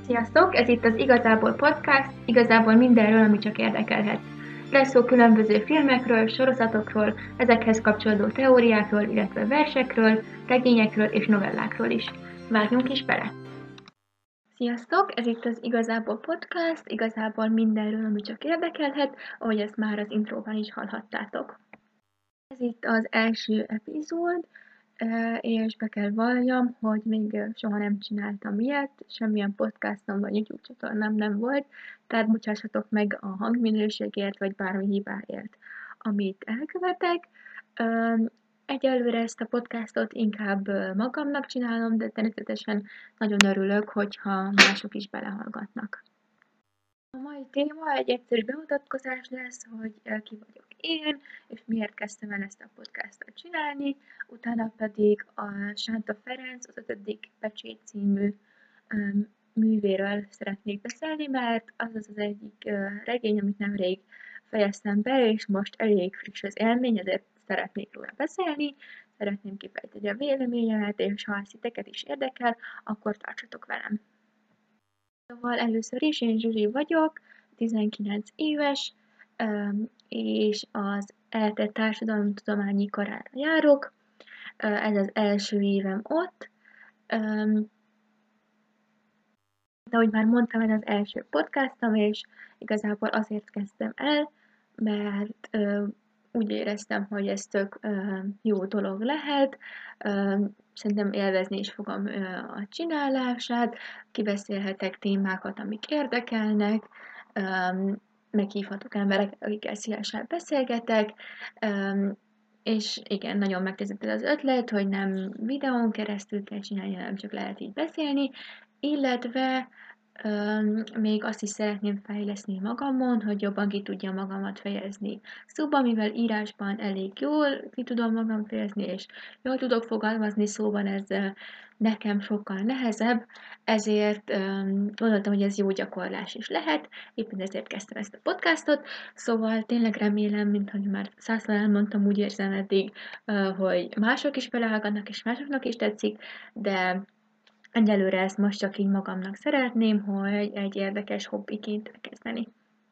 Sziasztok! Ez itt az Igazából Podcast, igazából mindenről, ami csak érdekelhet. Lesz szó különböző filmekről, sorozatokról, ezekhez kapcsolódó teóriákról, illetve versekről, regényekről és novellákról is. Vágjunk is bele! Sziasztok! Ez itt az Igazából Podcast, igazából mindenről, ami csak érdekelhet, ahogy ezt már az intróban is hallhattátok. Ez itt az első epizód, és be kell valljam, hogy még soha nem csináltam ilyet, semmilyen podcastom vagy YouTube csatornám nem volt, tehát bocsássatok meg a hangminőségért, vagy bármi hibáért, amit elkövetek. Egyelőre ezt a podcastot inkább magamnak csinálom, de természetesen nagyon örülök, hogyha mások is belehallgatnak. A mai téma egy egyszerű bemutatkozás lesz, hogy ki vagyok én, és miért kezdtem el ezt a podcastot csinálni, utána pedig a Sánta Ferenc, az 5. Pecsét című művéről szeretnék beszélni, mert az az egyik regény, amit nemrég fejeztem be, és most elég friss az élmény, ezért szeretnék róla beszélni, szeretném kifejteni a véleményemet, és ha ezt titeket is érdekel, akkor tartsatok velem. Szóval először is én Zsuzsi vagyok, 19 éves, és az ELTE társadalomtudományi karára járok. Ez az első évem ott. De ahogy már mondtam, ez az első podcastom, és igazából azért kezdtem el, mert úgy éreztem, hogy ez tök jó dolog lehet. Szerintem élvezni is fogom a csinálását, kibeszélhetek témákat, amik érdekelnek, meghívhatok emberek, akikkel szívesen beszélgetek, és igen, nagyon megtetszett ez az ötlet, hogy nem videón keresztül kell csinálni, hanem csak lehet így beszélni, illetve még azt is szeretném fejleszteni magamon, hogy jobban ki tudjam magamat fejezni szóban, mivel írásban elég jól ki tudom magam fejezni, és jól tudok fogalmazni szóban, ez nekem sokkal nehezebb, ezért gondoltam, hogy ez jó gyakorlás is lehet, éppen ezért kezdtem ezt a podcastot, szóval tényleg remélem, mint hogy már 100-szor elmondtam, úgy érzem eddig, hogy mások is belehallgatnak, és másoknak is tetszik, de egyelőre ezt most csak így magamnak szeretném, hogy egy érdekes hobbiként kezdeni.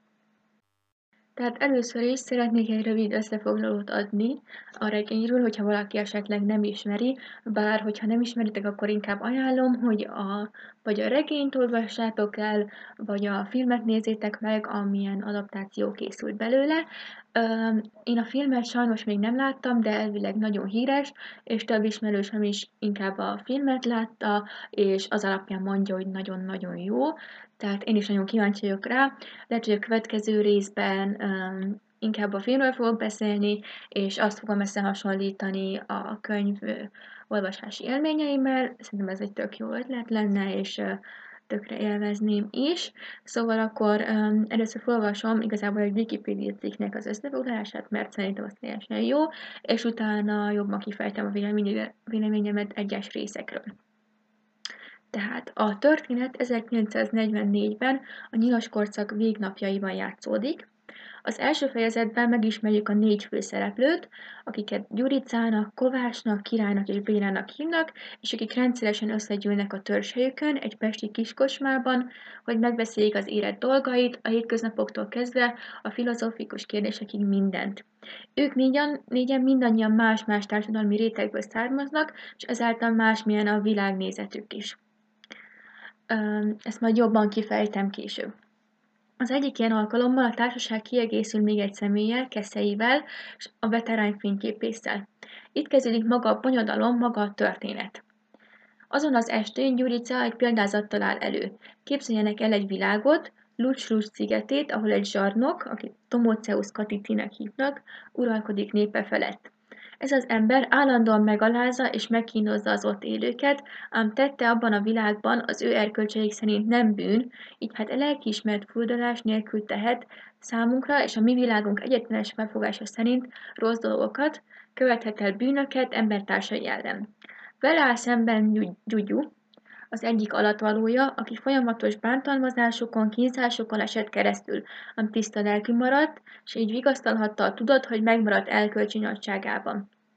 Tehát először is szeretnék egy rövid összefoglalót adni a regényről, hogyha valaki esetleg nem ismeri, bár hogyha nem ismeritek, akkor inkább ajánlom, hogy vagy a regényt olvassátok el, vagy a filmet nézzétek meg, amilyen adaptáció készült belőle. Én a filmet sajnos még nem láttam, de elvileg nagyon híres, és több ismerősöm is inkább a filmet látta, és az alapján mondja, hogy nagyon-nagyon jó. Tehát én is nagyon kíváncsi vagyok rá. Lehet, hogy a következő részben inkább a filmről fogok beszélni, és azt fogom összehasonlítani a könyv olvasási élményeimmel. Szerintem ez egy tök jó ötlet lenne, és tökre élvezném is. Szóval akkor először felolvasom igazából egy Wikipedia cikknek az összefoglalását, mert szerintem az teljesen jó, és utána jobban kifejtem a véleményemet egyes részekről. Tehát a történet 1944-ben a nyilaskorszak végnapjaiban játszódik. Az első fejezetben megismerjük a 4 főszereplőt, akiket Gyuricának, Kovácsnak, Királynak és Bélának hívnak, és akik rendszeresen összegyűlnek a törzshelyükön egy pesti kiskocsmában, hogy megbeszéljék az élet dolgait, a hétköznapoktól kezdve a filozófikus kérdésekig mindent. Ők négyen mindannyian más-más társadalmi rétegből származnak, és ezáltal másmilyen a világnézetük is. Ezt majd jobban kifejtem később. Az egyik ilyen alkalommal a társaság kiegészül még egy személlyel, Keszeivel, és a veterán fényképésszel. Itt kezdődik maga a bonyodalom, maga a történet. Azon az estén Gyurica egy példázattal áll elő. Képzeljenek el egy világot, Lucs szigetét, ahol egy zsarnok, akit Tomoceusz Katitinek hívnak, uralkodik népe felett. Ez az ember állandóan megalázza és megkínozza az ott élőket, ám tette abban a világban az ő erkölcseik szerint nem bűn, így hát a lelkiismert furdalás nélkül tehet számunkra és a mi világunk egyetlenes felfogása szerint rossz dolgokat, követhet el bűnöket embertársai ellen. Vele áll szemben Gyugyu, az egyik alattvalója, aki folyamatos bántalmazásokon, kínzásokon esett keresztül, ám tiszta lelkű maradt, s így vigasztalhatta a tudat, hogy megmaradt elkölcsi nagyságában.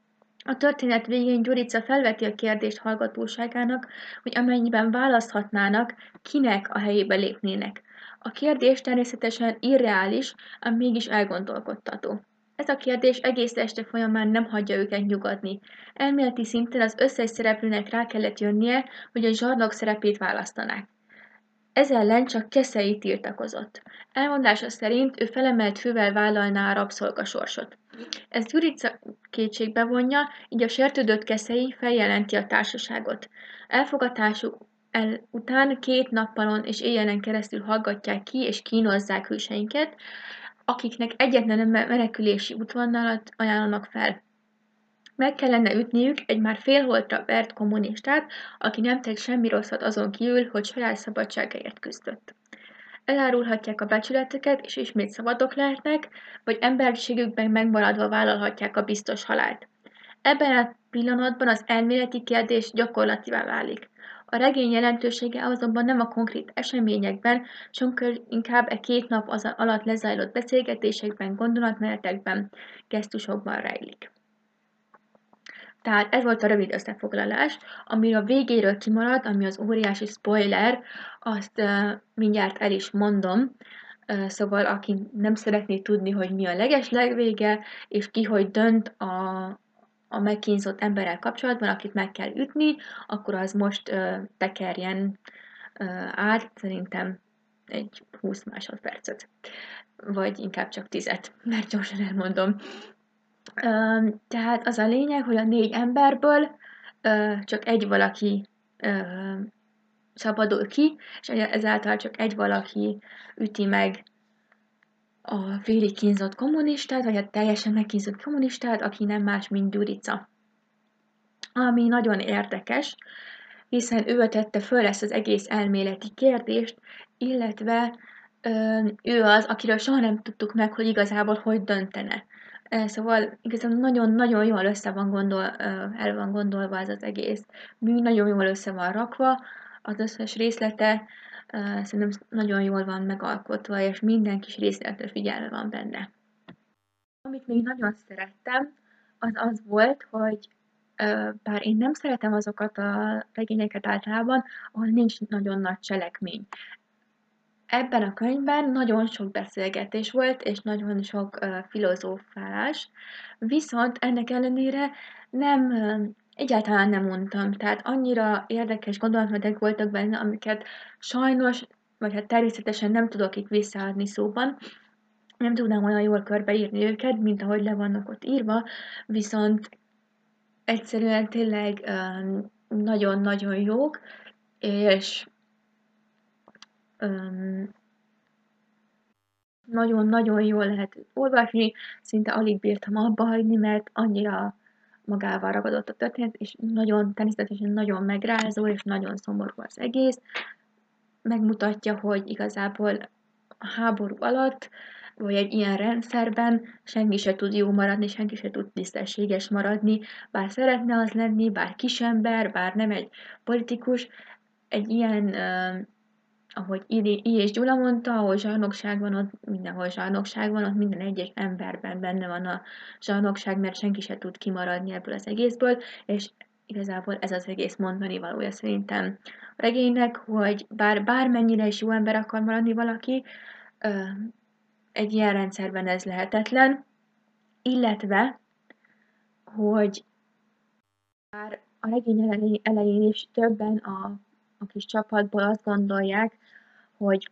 A történet végén Gyurica felveti a kérdést hallgatóságának, hogy amennyiben választhatnának, kinek a helyébe lépnének. A kérdés természetesen irreális, ám mégis elgondolkodtató. Ez a kérdés egész este folyamán nem hagyja őket nyugodni. Elméleti szinten az összes szereplőnek rá kellett jönnie, hogy a zsarnok szerepét választanák. Ez ellen csak Keszei tiltakozott. Elmondása szerint ő felemelt fővel vállalná a rabszolgasorsot. Ez Gyurica kétségbe vonja, így a sértődött Keszei feljelenti a társaságot. Elfogatásuk után 2 nappalon és éjjelen keresztül hallgatják ki és kínozzák hőseinket, akiknek egyetlen menekülési útvonalat ajánlanak fel. Meg kellene ütniük egy már félholtra vert kommunistát, aki nem tett semmi rosszat azon kívül, hogy saját szabadságáért küzdött. Elárulhatják a becsületeket, és ismét szabadok lehetnek, vagy emberiségükben megmaradva vállalhatják a biztos halált. Ebben a pillanatban az elméleti kérdés gyakorlatívá válik. A regény jelentősége azonban nem a konkrét eseményekben, sokkal inkább 2 nap alatt lezajlott beszélgetésekben, gondolatmenetekben, gesztusokban rejlik. Tehát ez volt a rövid összefoglalás, ami a végéről kimaradt, ami az óriási spoiler, azt mindjárt el is mondom. Szóval aki nem szeretné tudni, hogy mi a legeslegvége, és ki hogy dönt a megkínzott emberrel kapcsolatban, akit meg kell ütni, akkor az most tekerjen át, szerintem egy 20 másodpercet, vagy inkább csak 10, mert gyorsan elmondom. Tehát az a lényeg, hogy a 4 emberből csak egy valaki szabadul ki, és ezáltal csak egy valaki üti meg a félig kínzott kommunistát, vagy a teljesen megkínzott kommunistát, aki nem más, mint Gyurica. Ami nagyon érdekes, hiszen ő tette föl ezt az egész elméleti kérdést, illetve ő az, akiről soha nem tudtuk meg, hogy igazából hogy döntene. Szóval igazából nagyon-nagyon jól el van gondolva ez az egész mű, nagyon jól össze van rakva, az összes részlete szerintem nagyon jól van megalkotva, és minden kis részletre figyelme van benne. Amit még nagyon szerettem, az az volt, hogy bár én nem szeretem azokat a regényeket általában, ahol nincs nagyon nagy cselekmény. Ebben a könyvben nagyon sok beszélgetés volt, és nagyon sok filozófálás, viszont ennek ellenére nem, egyáltalán nem untam. Tehát annyira érdekes gondolatmenetek voltak benne, amiket sajnos, vagy hát természetesen nem tudok itt visszaadni szóban, nem tudnám olyan jól körbeírni őket, mint ahogy le vannak ott írva, viszont egyszerűen tényleg nagyon-nagyon jók, és nagyon-nagyon jól lehet olvasni, szinte alig bírtam abba hagyni, mert annyira magával ragadott a történet, és nagyon, természetesen nagyon megrázó, és nagyon szomorú az egész. Megmutatja, hogy igazából a háború alatt, vagy egy ilyen rendszerben senki se tud jó maradni, senki se tud tisztességes maradni, bár szeretne az lenni, bár kisember, bár nem egy politikus, egy ilyen ahogy I. és Gyula mondta, ahol zsarnokság van, ott mindenhol zsarnokság van, ott minden egyes emberben benne van a zsarnokság, mert senki se tud kimaradni ebből az egészből, és igazából ez az egész mondani valója szerintem a regénynek, hogy bármennyire is jó ember akar maradni valaki, egy ilyen rendszerben ez lehetetlen, illetve, hogy bár a regény elején is többen a kis csapatból azt gondolják, hogy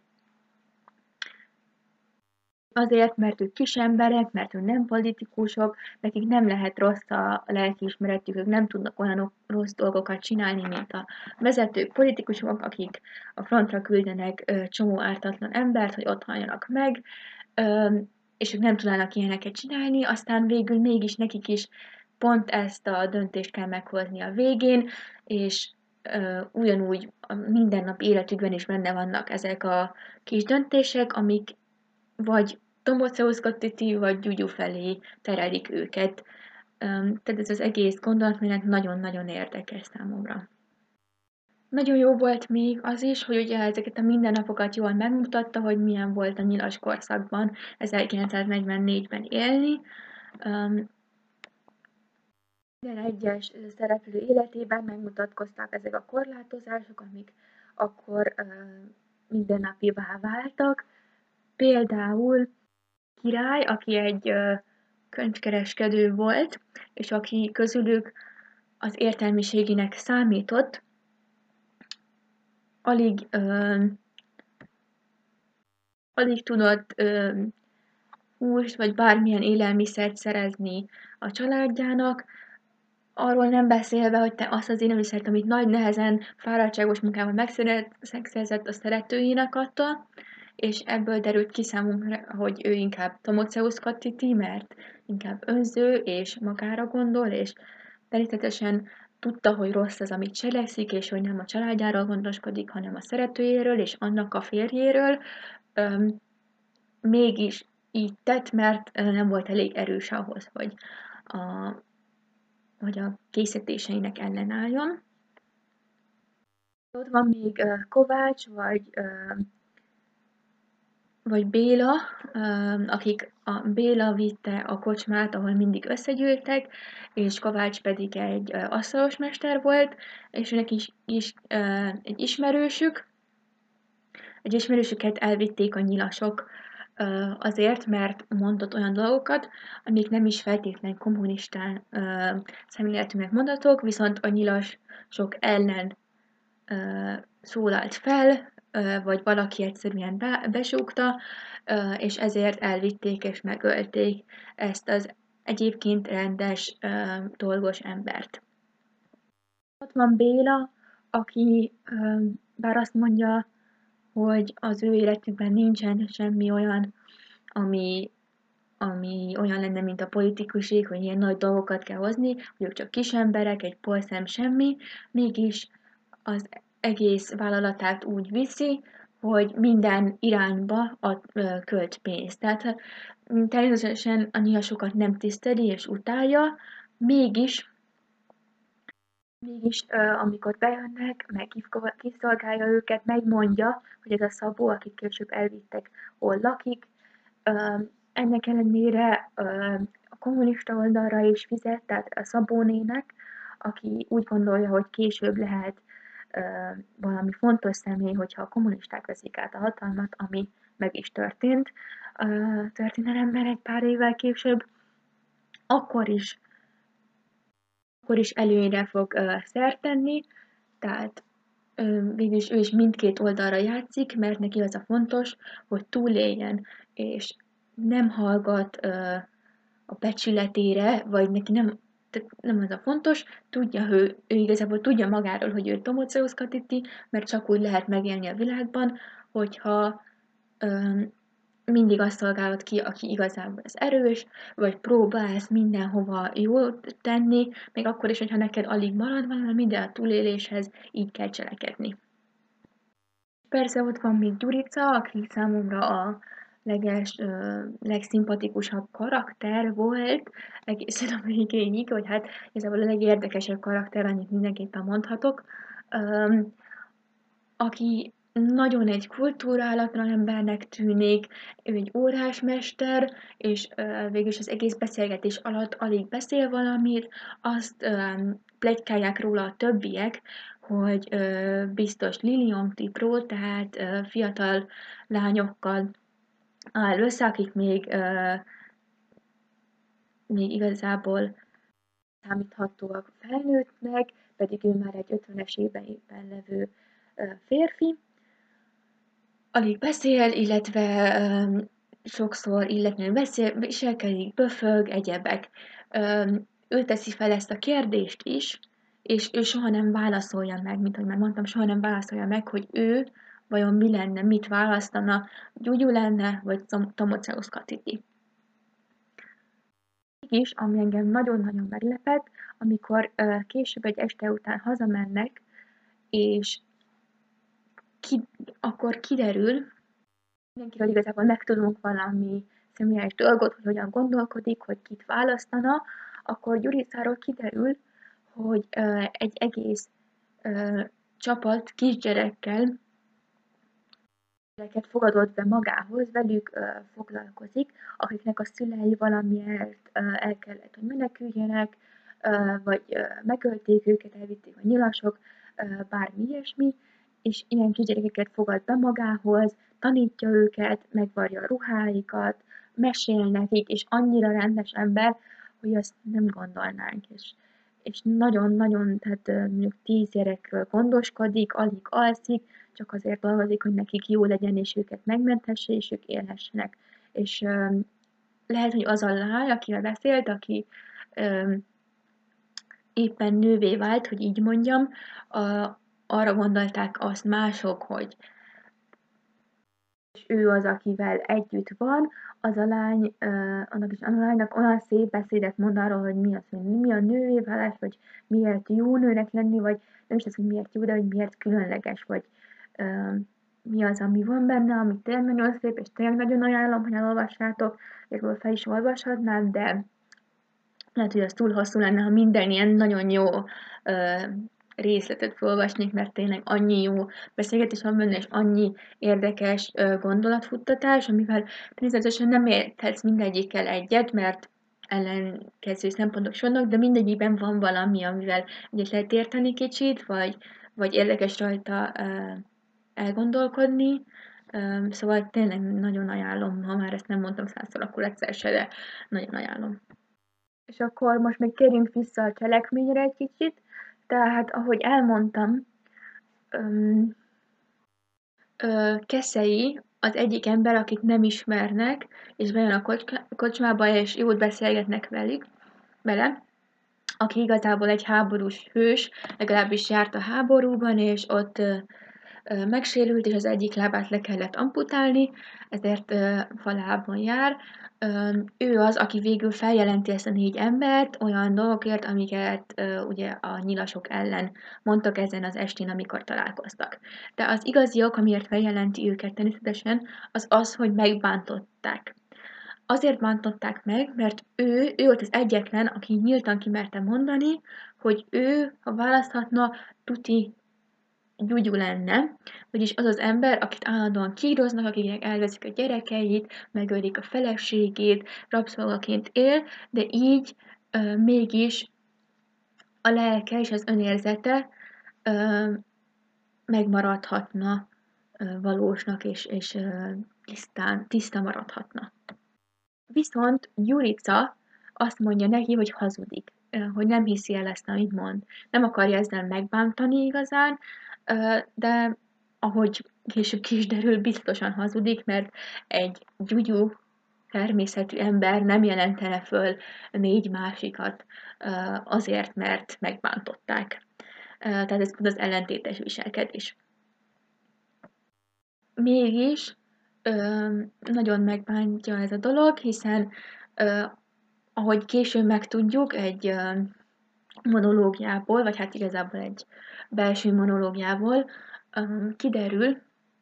azért, mert ők kis emberek, mert ők nem politikusok, nekik nem lehet rossz a lelkiismeretük, ők nem tudnak olyan rossz dolgokat csinálni, mint a vezetők, politikusok, akik a frontra küldenek csomó ártatlan embert, hogy ott haljanak meg, és ők nem tudnának ilyeneket csinálni, aztán végül mégis nekik is pont ezt a döntést kell meghozni a végén, és ugyanúgy a mindennapi életükben is benne vannak ezek a kis döntések, amik vagy Tombóceusz Kottiti, vagy Gyugyu felé terelik őket. Tehát ez az egész gondolatmenet nagyon-nagyon érdekes számomra. Nagyon jó volt még az is, hogy ugye ezeket a mindennapokat jól megmutatta, hogy milyen volt a nyilas korszakban 1944-ben élni. Minden egyes szereplő életében megmutatkoztak ezek a korlátozások, amik akkor mindennapivá váltak. Például király, aki egy könyvkereskedő volt, és aki közülük az értelmiségének számított, alig tudott húst vagy bármilyen élelmiszert szerezni a családjának, arról nem beszélve, hogy te azt az élelmiszert, amit nagy nehezen, fáradtságos munkával megszerzett, a szeretőjének adta, és ebből derült ki számunkra, hogy ő inkább Timóteusz Kattiti, mert inkább önző, és magára gondol, és természetesen tudta, hogy rossz az, amit cselekszik, és hogy nem a családjáról gondoskodik, hanem a szeretőjéről, és annak a férjéről. Mégis így tett, mert nem volt elég erős ahhoz, hogy a készítéseinek ellenálljon. Ott van még Kovács, vagy Béla, akik Béla vitte a kocsmát, ahol mindig összegyűltek, és Kovács pedig egy asztalosmester volt, és őnek is egy ismerősüket elvitték a nyilasok azért, mert mondott olyan dolgokat, amik nem is feltétlenül kommunistán szemléletűnek mondatok, viszont a nyilasok ellen szólalt fel, vagy valaki egyszerűen besúgta, és ezért elvitték és megölték ezt az egyébként rendes, dolgos embert. Ott van Béla, aki bár azt mondja, hogy az ő életükben nincsen semmi olyan, ami olyan lenne, mint a politikuség, hogy ilyen nagy dolgokat kell hozni, hogy ők csak kis emberek, egy polszem semmi, mégis az egész vállalatát úgy viszi, hogy minden irányba költ pénzt. Tehát természetesen a nyilasokat nem tiszteli és utálja, mégis amikor bejönnek, meg kiszolgálja őket, megmondja, hogy ez a Szabó, akit később elvittek, hol lakik. Ennek ellenére a kommunista oldalra is fizet, tehát a Szabónének, aki úgy gondolja, hogy később lehet valami fontos személy, hogyha a kommunisták veszik át a hatalmat, ami meg is történt a történelemben egy pár évvel később, akkor is előnyre fog szert tenni, tehát végülis ő is mindkét oldalra játszik, mert neki az a fontos, hogy túléljen, és nem hallgat a becsületére, vagy neki nem az a fontos, tudja, ő igazából tudja magáról, hogy ő Timóteusz Kattiti, mert csak úgy lehet megélni a világban, hogyha mindig azt szolgálod ki, aki igazából az erős, vagy próbálsz mindenhova jót tenni, még akkor is, hogyha neked alig marad valami, de a túléléshez így kell cselekedni. Persze ott van még Gyurica, aki számomra a legszimpatikusabb karakter volt egészen a végéig, hogy hát igazából a legérdekesebb karakter, annyit mindenképpen mondhatok, aki nagyon egy kultúrálatlan embernek tűnik, ő egy órásmester, és végülis az egész beszélgetés alatt alig beszél valamit, azt pletykálják róla a többiek, hogy biztos Lilium Tipró, tehát fiatal lányokkal áll össze, akik még igazából számíthatóak felnőttnek, pedig ő már egy 50-es éveiben levő férfi. Alig beszél, illetve sokszor illetlenül viselkedik, böfög, egyebek. Ő teszi fel ezt a kérdést is, és ő soha nem válaszolja meg, mint ahogy már mondtam, soha nem válaszolja meg, hogy ő vajon mi lenne, mit választana, Gyugyu lenne, vagy Timóteusz Kattiti. Mégis, ami engem nagyon-nagyon meglepett, amikor később egy este után hazamennek, és akkor kiderül, mindenkiről igazából megtudunk valami személyes dolgot, hogy hogyan gondolkodik, hogy kit választana, akkor Gyuricáról kiderül, hogy egy egész csapat kisgyerekkel fogadott be magához, velük foglalkozik, akiknek a szülei valamiért el kellett, hogy meneküljenek, vagy megölték őket, elvitték a nyilasok, bármi ilyesmi, és ilyen kisgyerekeket fogad be magához, tanítja őket, megvarja a ruháikat, mesél nekik, és annyira rendes ember, hogy azt nem gondolnánk. És nagyon-nagyon, tehát mondjuk 10 gyerekről gondoskodik, alig alszik, csak azért dolgozik, hogy nekik jó legyen, és őket megmenthesse, és ők élhessenek. És lehet, hogy az a lány, akivel beszélt, aki éppen nővé vált, hogy így mondjam, arra gondolták azt mások, hogy és ő az, akivel együtt van, az a lány, annak is a lánynak olyan szép beszédet mond arról, hogy mi az, hogy mi a nővé válás, vagy miért jó nőnek lenni, vagy nem is az, hogy miért jó, de hogy miért különleges, vagy mi az, ami van benne, ami tényleg nagyon szép, és tényleg nagyon ajánlom, hogy elolvassátok, végül fel is olvashatnám, de lehet, hogy az túl hosszú lenne, ha minden ilyen nagyon jó részletet felolvasnék, mert tényleg annyi jó beszélgetés van benne, és annyi érdekes gondolatfuttatás, amivel természetesen nem érthetsz mindegyikkel egyet, mert ellenkező szempontok is vannak, de mindegyikben van valami, amivel egyet lehet érteni kicsit, vagy érdekes rajta elgondolkodni. Szóval tényleg nagyon ajánlom, ha már ezt nem mondtam 100-szor, akkor egyszer se, de nagyon ajánlom. És akkor most még térjünk vissza a cselekményre egy kicsit. Tehát, ahogy elmondtam, Keszei az egyik ember, akit nem ismernek, és bejön a kocsmába, és jót beszélgetnek vele, aki igazából egy háborús hős, legalábbis járt a háborúban, és ott megsérült, és az egyik lábát le kellett amputálni, ezért falában jár. Ő az, aki végül feljelenti ezt a 4 embert olyan dolgokért, amiket ugye a nyilasok ellen mondtak ezen az estén, amikor találkoztak. De az igazi ok, amiért feljelenti őket természetesen, az az, hogy megbántották. Azért bántották meg, mert ő volt az egyetlen, aki nyíltan kimerte mondani, hogy ő, ha választhatna, tuti gyugyú lenne, vagyis az az ember, akit állandóan kíroznak, akiknek elveszik a gyerekeit, megölik a feleségét, rabszolgaként él, de így mégis a lelke és az önérzete megmaradhatna valósnak, és tiszta maradhatna. Viszont Jurica azt mondja neki, hogy hazudik, hogy nem hiszi el ezt, amit mond. Nem akarja ezzel megbántani igazán, de ahogy később ki is derül, biztosan hazudik, mert egy gyugyú természetű ember nem jelentene föl 4 másikat azért, mert megbántották. Tehát ez pont az ellentétes viselkedés. Mégis nagyon megbántja ez a dolog, hiszen ahogy később megtudjuk egy monológiából, vagy hát igazából egy belső monológiából, kiderül,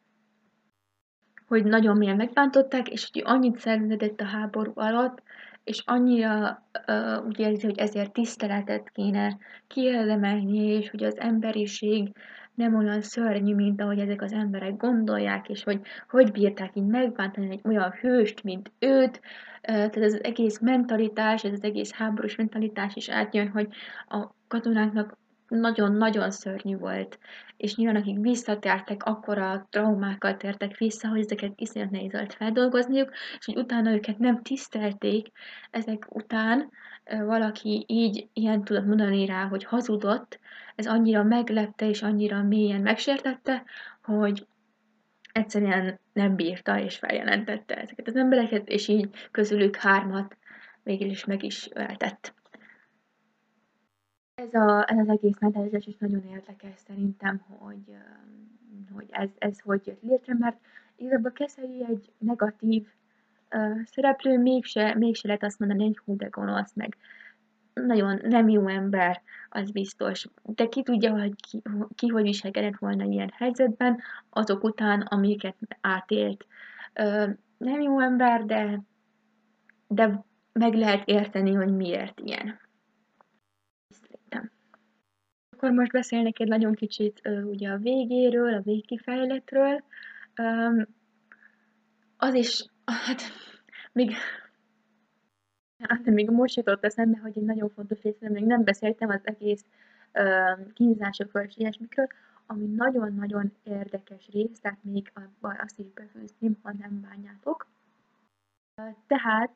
hogy nagyon mélyen megbántották, és hogy annyit szenvedett a háború alatt, és annyira úgy érzi, hogy ezért tiszteletet kéne kiérdemelni, és hogy az emberiség nem olyan szörnyű, mint ahogy ezek az emberek gondolják, és hogy bírták így megbántani egy olyan hőst, mint őt. Tehát ez az egész mentalitás, ez az egész háborús mentalitás is átjön, hogy a katonáknak nagyon-nagyon szörnyű volt, és nyilván akik visszatértek, akkora traumákkal tértek vissza, hogy ezeket iszonyat nehéz volt feldolgozniuk, és hogy utána őket nem tisztelték, ezek után valaki így ilyen tudott mondani rá, hogy hazudott, ez annyira meglepte és annyira mélyen megsértette, hogy egyszerűen nem bírta és feljelentette ezeket az embereket, és így közülük 3-at végül is meg is öltett. Ez az egész mentalitás is nagyon érdekes szerintem, hogy ez hogy jött létre, mert igazából Keszei egy negatív szereplő, mégse lehet azt mondani, hogy hú de gonosz, meg nagyon nem jó ember, az biztos. De ki tudja, hogy ki hogy viselkedett volna ilyen helyzetben, azok után, amiket átélt. Nem jó ember, de meg lehet érteni, hogy miért ilyen. Szerintem. Akkor most beszélnék egy nagyon kicsit ugye a végéről, a végkifejletről. Az is, hát még De még most jutott eszembe, hogy egy nagyon fontos része, még nem beszéltem az egész kínzásokról és ilyesmikről, ami nagyon-nagyon érdekes rész, tehát még azt is befőzném, ha nem bánjátok. Tehát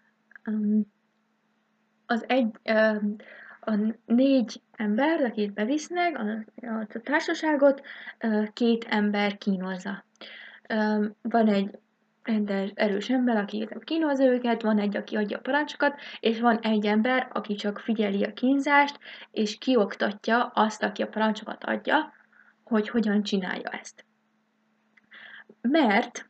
az a 4 ember, akit bevisznek, a társaságot, 2 ember kínozza. Van egy rendes, erős ember, aki kínozza őket, van egy, aki adja a parancsokat, és van egy ember, aki csak figyeli a kínzást, és kioktatja azt, aki a parancsokat adja, hogy hogyan csinálja ezt. Mert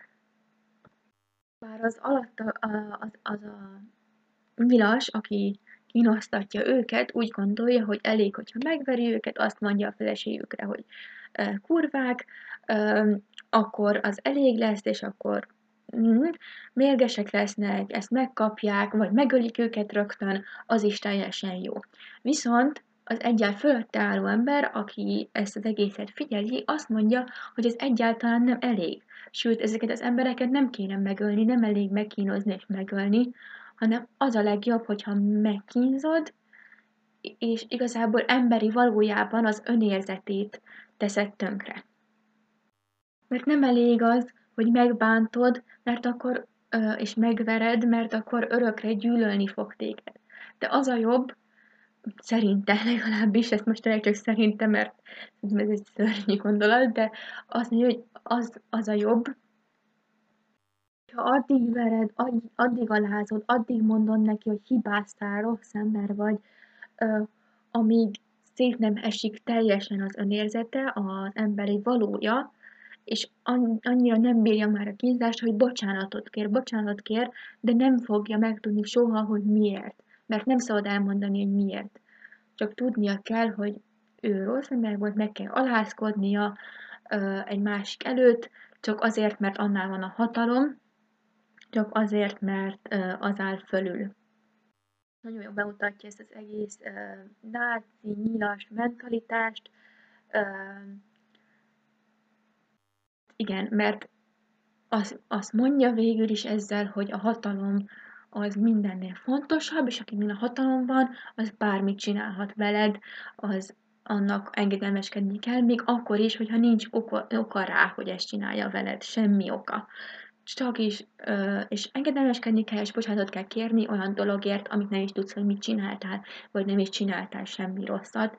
bár az alatta az a nyilas, aki kínoztatja őket, úgy gondolja, hogy elég, hogyha megveri őket, azt mondja a feleségükre, hogy kurvák, akkor az elég lesz, és akkor mérgesek lesznek, ezt megkapják, vagy megölik őket rögtön, az is teljesen jó. Viszont az egyel fölötte álló ember, aki ezt az egészet figyeli, azt mondja, hogy ez egyáltalán nem elég. Sőt, ezeket az embereket nem kéne megölni, nem elég megkínozni és megölni, hanem az a legjobb, hogyha megkínzod, és igazából emberi valójában az önérzetét teszed tönkre. Mert nem elég az, hogy megbántod, mert akkor, és megvered, mert akkor örökre gyűlölni fog téged. De az a jobb, szerintem legalábbis, ezt most tényleg csak szerintem, mert ez egy szörnyű gondolat, de azt mondja, hogy az a jobb, ha addig vered, addig alázod, addig mondod neki, hogy hibáztál, rossz ember vagy, amíg szét nem esik teljesen az önérzete, az emberi valója, és annyira nem bírja már a kínzást, hogy bocsánatot kér, de nem fogja megtudni soha, hogy miért. Mert nem szabad elmondani, hogy miért. Csak tudnia kell, hogy ő rossz ember volt, meg kell alázkodnia egy másik előtt, csak azért, mert annál van a hatalom, csak azért, mert az áll fölül. Nagyon jól bemutatja ezt az egész náci, nyilas mentalitást. Igen, mert azt mondja végül is ezzel, hogy a hatalom az mindennél fontosabb, és akinél a hatalom van, az bármit csinálhat veled, az annak engedelmeskedni kell, még akkor is, hogyha nincs oka rá, hogy ezt csinálja veled, semmi oka. Csak is, és engedelmeskedni kell, és bocsánatot kell kérni olyan dologért, amit nem is tudsz, hogy mit csináltál, vagy nem is csináltál semmi rosszat.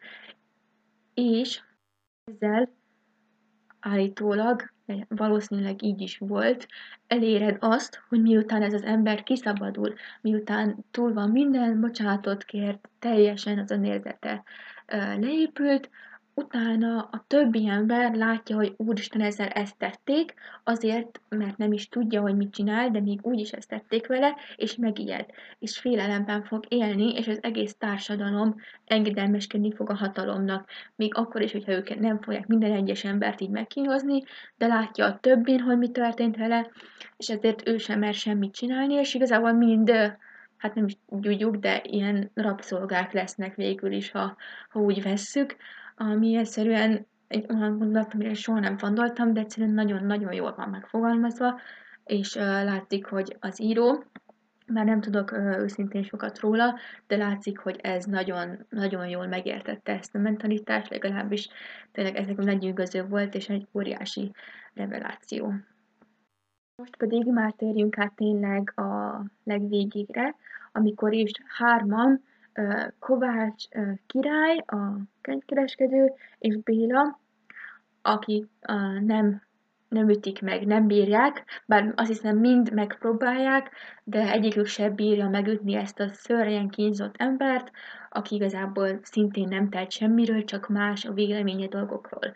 És ezzel állítólag, valószínűleg így is volt, eléred azt, hogy miután ez az ember kiszabadul, miután túl van minden, bocsánatot kért, teljesen az önérzete leépült, utána a többi ember látja, hogy úristen, ezzel ezt tették, azért, mert nem is tudja, hogy mit csinál, de még úgyis ezt tették vele, és megijed, és félelemben fog élni, és az egész társadalom engedelmeskedni fog a hatalomnak, még akkor is, hogyha őket nem fogják minden egyes embert így megkínozni, de látja a többin, hogy mi történt vele, és ezért ő sem mer semmit csinálni, és igazából mind, hát nem is gyújjuk, de ilyen rabszolgák lesznek végül is, ha úgy vesszük, ami egyszerűen egy olyan gondolat, amire soha nem gondoltam, de egyszerűen nagyon-nagyon jól van megfogalmazva, és látszik, hogy az író, már nem tudok őszintén sokat róla, de látszik, hogy ez nagyon, nagyon jól megértette ezt a mentalitást, legalábbis tényleg ez nekem lenyűgöző volt, és egy óriási reveláció. Most pedig már térjünk át tényleg a legvégigre, amikor is hárman, Kovács király, a könyvkereskedő, és Béla, akik nem ütik meg, nem bírják, bár azt hiszem mind megpróbálják, de egyikük sem bírja megütni ezt a szörnyen kínzott embert, aki igazából szintén nem tehet semmiről, csak más a véleménye dolgokról.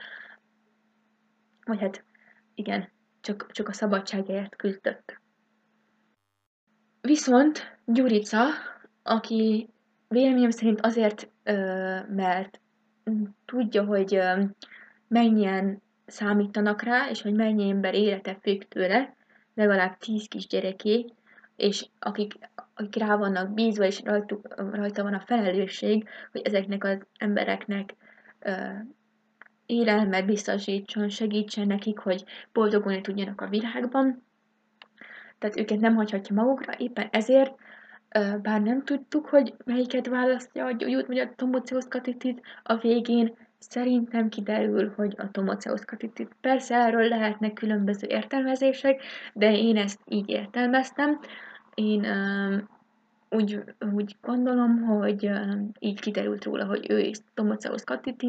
Vagy hát igen, csak a szabadságért küzdött. Viszont Gyurica, aki véleményem szerint azért, mert tudja, hogy mennyien számítanak rá, és hogy mennyi ember élete függ tőle, legalább 10 kisgyereké, és akik rá vannak bízva, és rajta van a felelősség, hogy ezeknek az embereknek élelmet biztosítson, segítsen nekik, hogy boldogulni tudjanak a világban. Tehát őket nem hagyhatja magukra, éppen ezért bár nem tudtuk, hogy melyiket választja a gyógyút vagy a Tomoceusz katitit a végén, szerintem kiderül, hogy a Tomoceusz katitit. Persze erről lehetnek különböző értelmezések, de én ezt így értelmeztem. Én úgy gondolom, hogy így kiderült róla, hogy ő is Tomoceusz katiti,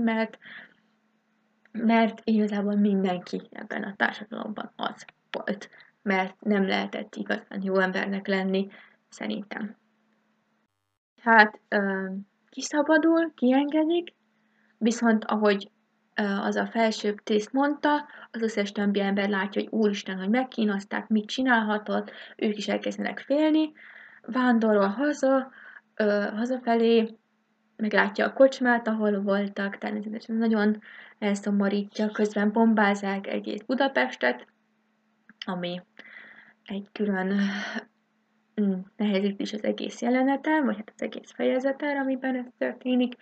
mert igazából mindenki ebben a társadalomban az volt, mert nem lehetett igazán jó embernek lenni, szerintem. Hát kiszabadul, kiengedik, viszont ahogy az a felsőbb tiszt mondta, az összes többi ember látja, hogy úristen, hogy megkínozták, mit csinálhatott, ők is elkezdenek félni, vándorol hazafelé, meglátja a kocsmát, ahol voltak, természetesen nagyon elszomorítja, közben bombázák egész Budapestet, ami egy külön nehezít is az egész jeleneten, vagy hát az egész fejezeten, amiben ez történik.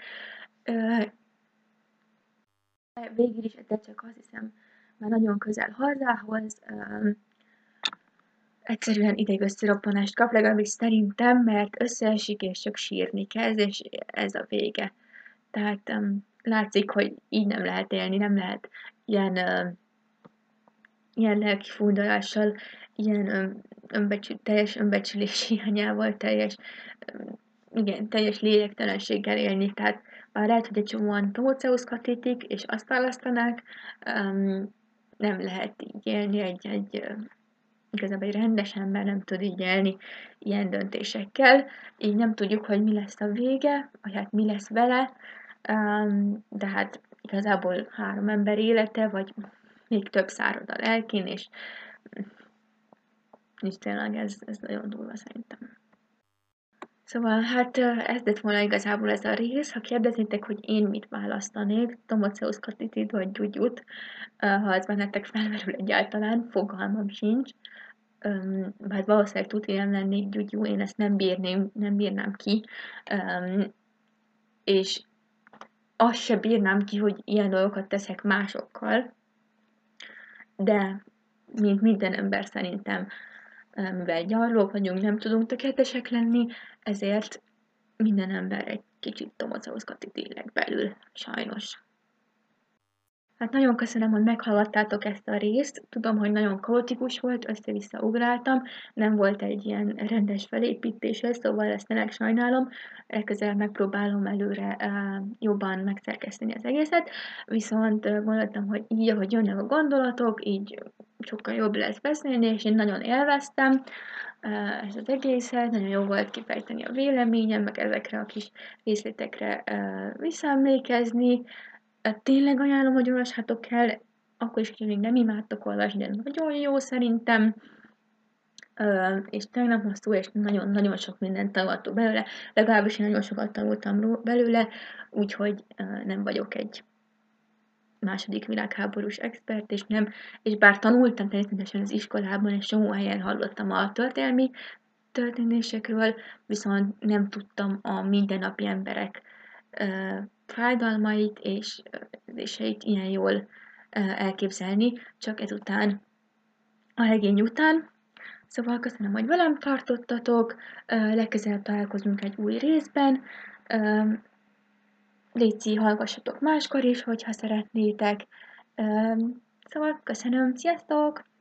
Végül is, de csak azt hiszem, már nagyon közel hazához, egyszerűen idegösszeroppanást kap, legalábbis szerintem, mert összeesik és csak sírni kezd, és ez a vége. Tehát látszik, hogy így nem lehet élni, nem lehet ilyen lelki furdalással, ilyen teljes önbecsülés hiányával, teljes lélektelenséggel élni. Tehát bár lehet, hogy egy csomóan Tomoceusz katitik, és azt választanák, nem lehet így élni, igazából egy rendes ember nem tud így élni ilyen döntésekkel. Így nem tudjuk, hogy mi lesz a vége, vagy hát mi lesz vele, de hát igazából 3 ember élete, vagy még több szárad a lelkén, és tényleg ez nagyon durva szerintem. Szóval hát ez lett volna igazából ez a rész. Ha kérdeznétek, hogy én mit választanék, Tomoceusz katitit vagy Gyugyut, ha ez bennetek felmerül egyáltalán, fogalmam sincs. Hát valószínűleg tuti nem lennék Gyugyú, én ezt nem bírnám ki. És azt se bírnám ki, hogy ilyen dolgokat teszek másokkal, de mint minden ember szerintem, mivel gyarlók vagyunk, nem tudunk tökéletesek lenni, ezért minden ember egy kicsit Tomoceusz Katit élek belül, sajnos. Hát nagyon köszönöm, hogy meghallgattátok ezt a részt. Tudom, hogy nagyon kaotikus volt, össze-vissza ugráltam, nem volt egy ilyen rendes felépítése, szóval ezt tényleg sajnálom. Legközelebb megpróbálom előre jobban megszerkeszteni az egészet, viszont gondoltam, hogy így, ahogy jönnek a gondolatok, így sokkal jobb lesz beszélni, és én nagyon élveztem ezt az egészet, nagyon jó volt kifejteni a véleményem, meg ezekre a kis részletekre visszaemlékezni. Tényleg ajánlom, hogy olvashatok el, akkor is, hogy még nem imádtok olvasni, de nagyon jó szerintem, és tegnap ma szó, és nagyon-nagyon sok mindent tanultam belőle, legalábbis én nagyon sokat tanultam belőle, úgyhogy nem vagyok egy második világháborús expert, és bár tanultam természetesen az iskolában, és csomó helyen hallottam a történelmi történésekről, viszont nem tudtam a mindennapi emberek fájdalmait és érzéseit ilyen jól elképzelni, csak ezután, a regény után. Szóval köszönöm, hogy velem tartottatok, legközelebb találkozunk egy új részben. Léci, hallgassatok máskor is, hogyha szeretnétek. Szóval köszönöm, sziasztok!